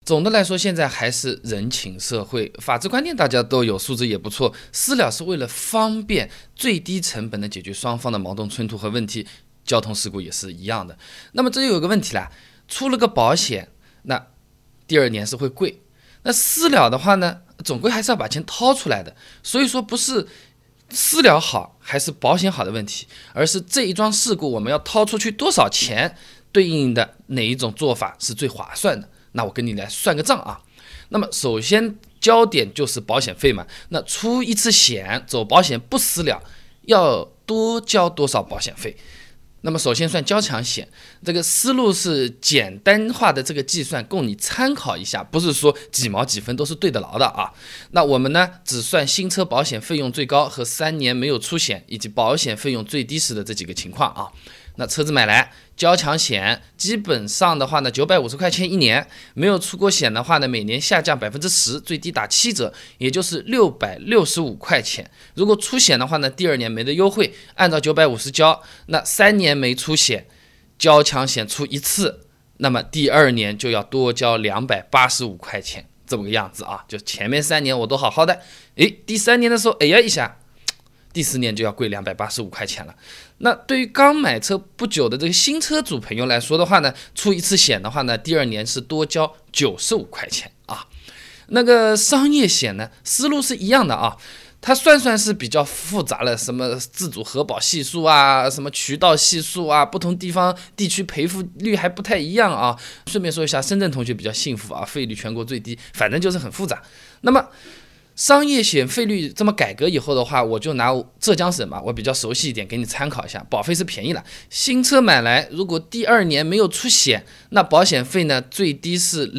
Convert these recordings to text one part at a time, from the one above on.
总的来说，现在还是人情社会，法治观念大家都有，素质也不错。私了是为了方便最低成本的解决双方的矛盾冲突和问题，交通事故也是一样的。那么这就有个问题啦，出了个保险，那第二年是会贵。那私了的话呢，总归还是要把钱掏出来的。所以说不是私了好还是保险好的问题，而是这一桩事故我们要掏出去多少钱，对应的哪一种做法是最划算的。那我跟你来算个账啊。那么首先焦点就是保险费嘛，那出一次险走保险不私了要多交多少保险费。那么首先算交强险，这个思路是简单化的这个计算，供你参考一下，不是说几毛几分都是对得牢的啊。那我们呢只算新车保险费用最高和3年没有出险以及保险费用最低时的这几个情况啊。那车子买来交强险基本上的话呢950块钱一年，没有出过险的话呢每年下降10%，最低打7折，也就是665块钱。如果出险的话呢第二年没得优惠，按照950交，那3年没出险，交强险出一次，那么第二年就要多交285块钱，这么个样子啊。就前面3年我都好好的，第3年的时候哎呀一下，第4年就要贵285块钱了。那对于刚买车不久的这个新车主朋友来说的话呢，出一次险的话呢，第二年是多交95块钱啊。那个商业险呢，思路是一样的啊，它算是比较复杂了，什么自主核保系数啊，什么渠道系数啊，不同地方地区赔付率还不太一样啊。顺便说一下，深圳同学比较幸福啊，费率全国最低，反正就是很复杂。那么商业险费率这么改革以后的话，我就拿浙江省嘛，我比较熟悉一点，给你参考一下。保费是便宜了，新车买来如果第二年没有出险，那保险费呢最低是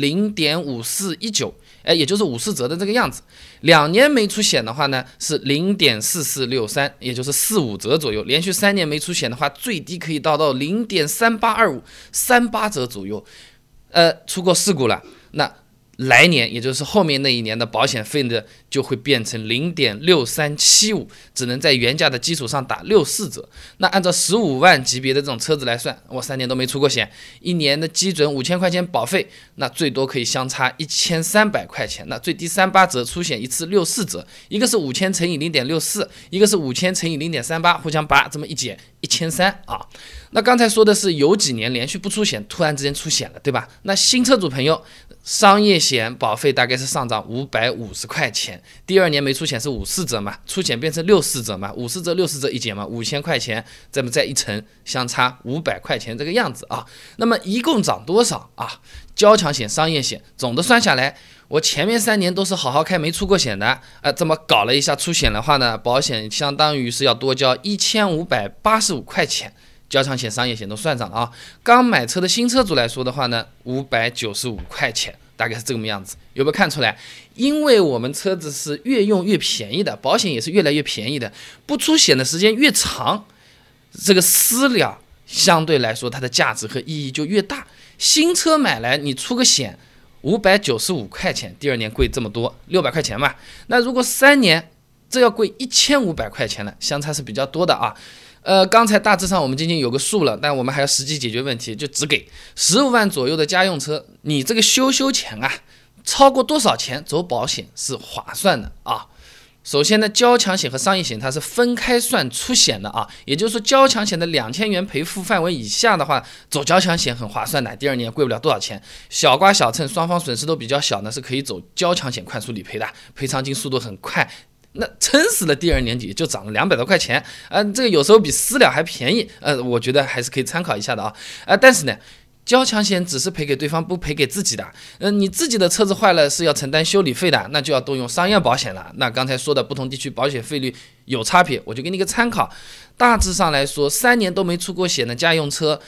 0.5419，也就是54折的这个样子。2年没出险的话呢是 0.4463，也就是45折左右。连续3年没出险的话，最低可以到 0.3825， 38折左右。出过事故了，那来年也就是后面那一年的保险费呢就会变成 0.6375， 只能在原价的基础上打64折。那按照15万级别的这种车子来算，我3年都没出过险，一年的基准5000块钱保费，那最多可以相差1300块钱，那最低38折，出险一次64折，一个是5000乘以 0.64， 一个是5000乘以 0.38， 互相拔，这么一减1300啊。那刚才说的是有几年连续不出险，突然之间出险了，对吧？那新车主朋友，商业险保费大概是上涨550块钱，第二年没出险是54折嘛，出险变成64折嘛，50折60折一减嘛，5000块钱，这么再一乘，相差500块钱这个样子啊。那么一共涨多少啊？交强险、商业险总的算下来，我前面3年都是好好开没出过险的，这么搞了一下出险的话呢，保险相当于是要多交1585块钱。交强险、商业险都算上了啊。刚买车的新车主来说的话呢，595块钱，大概是这个样子。有没有看出来？因为我们车子是越用越便宜的，保险也是越来越便宜的，不出险的时间越长，这个私了相对来说它的价值和意义就越大。新车买来你出个险595块钱，第二年贵这么多，600块钱嘛。那如果3年，这要贵1500块钱了，相差是比较多的啊。刚才大致上我们今天有个数了，但我们还要实际解决问题，就只给15万左右的家用车，你这个修钱啊，超过多少钱走保险是划算的啊。首先呢，交强险和商业险它是分开算出险的啊，也就是说交强险的2000元赔付范围以下的话，走交强险很划算的，第二年贵不了多少钱。小刮小蹭，双方损失都比较小呢，是可以走交强险快速理赔的，赔偿金速度很快。那撑死了第二年底就涨了200多块钱，这个有时候比私了还便宜，我觉得还是可以参考一下的啊。但是呢，交强险只是赔给对方，不赔给自己的。你自己的车子坏了是要承担修理费的，那就要动用商业保险了。那刚才说的不同地区保险费率有差别，我就给你个参考。大致上来说，3年都没出过险的家用车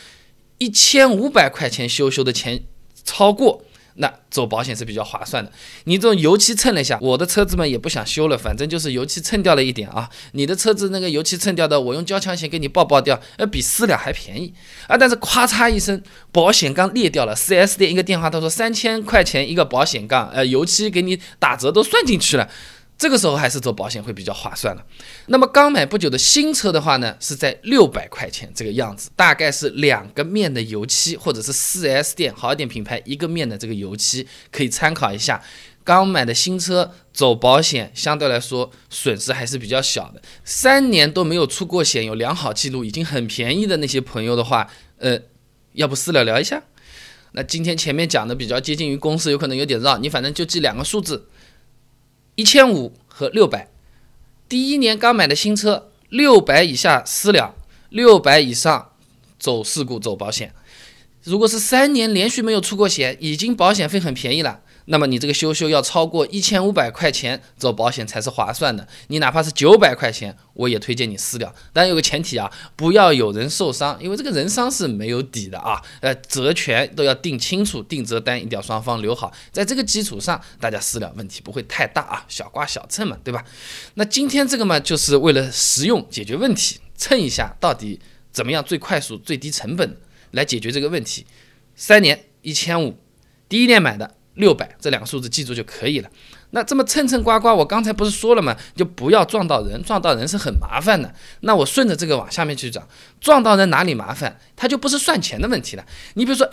，1500块钱修的钱超过，那走保险是比较划算的。你这种油漆蹭了一下，我的车子们也不想修了，反正就是油漆蹭掉了一点啊。你的车子那个油漆蹭掉的，我用交强险给你报掉，比私了还便宜啊。但是咔嚓一声，保险杠裂掉了，4S 店一个电话他说3000块钱一个保险杠，油漆给你打折都算进去了。 这个时候还是走保险会比较划算了。那么刚买不久的新车的话呢，是在600块钱这个样子，大概是2个面的油漆，或者是 4S 店好一点品牌1个面的这个油漆，可以参考一下。刚买的新车走保险相对来说损失还是比较小的，3年都没有出过险，有良好记录，已经很便宜的那些朋友的话，要不私聊一下。那今天前面讲的比较接近于公式，有可能有点绕，你反正就记2个数字，1500和600。第一年刚买的新车，600以下私了，600以上走事故走保险。如果是3年连续没有出过险，已经保险费很便宜了，那么你这个修要超过1500块钱走保险才是划算的。你哪怕是900块钱，我也推荐你私了。当然有个前提啊，不要有人受伤，因为这个人伤是没有底的啊。责权都要定清楚，定责单一定要双方留好，在这个基础上大家私了问题不会太大啊，小刮小蹭嘛，对吧？那今天这个嘛，就是为了实用解决问题，称一下到底怎么样最快速最低成本来解决这个问题。3年1500，第一年买的600，这2个数字记住就可以了。那这么蹭刮，我刚才不是说了吗？就不要撞到人，撞到人是很麻烦的。那我顺着这个往下面去讲，撞到人哪里麻烦？它就不是算钱的问题了。你比如说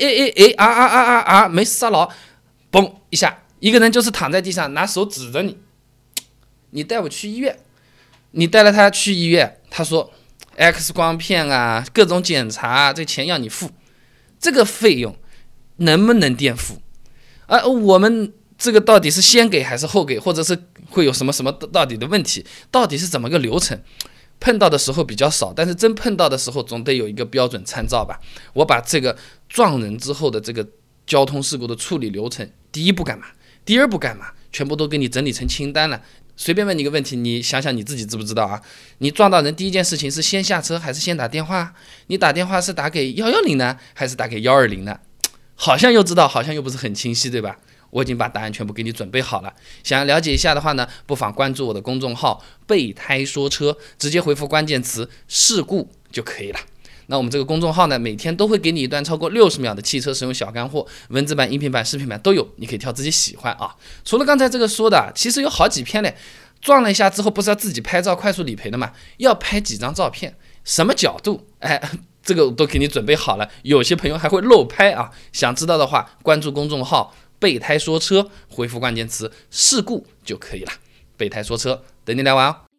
没刹牢，嘣一下，一个人就是躺在地上，拿手指着你，你带我去医院，你带了他去医院，他说 X 光片啊，各种检查啊，这钱要你付，这个费用能不能垫付？我们这个到底是先给还是后给，或者是会有什么到底的问题，到底是怎么个流程？碰到的时候比较少，但是真碰到的时候总得有一个标准参照吧。我把这个撞人之后的这个交通事故的处理流程，第一步干嘛，第二步干嘛，全部都给你整理成清单了。随便问你一个问题，你想想你自己知不知道啊？你撞到人第一件事情是先下车还是先打电话？你打电话是打给110呢，还是打给120呢？好像又知道，好像又不是很清晰，对吧？我已经把答案全部给你准备好了。想要了解一下的话呢，不妨关注我的公众号备胎说车，直接回复关键词事故就可以了。那我们这个公众号呢，每天都会给你一段超过60秒的汽车使用小干货，文字版、音频版、视频版都有，你可以挑自己喜欢啊。除了刚才这个说的，其实有好几篇嘞。撞了一下之后，不是要自己拍照快速理赔的吗？要拍几张照片，什么角度？这个都给你准备好了。有些朋友还会漏拍啊，想知道的话，关注公众号备胎说车，回复关键词事故就可以了。备胎说车，等你来玩哦。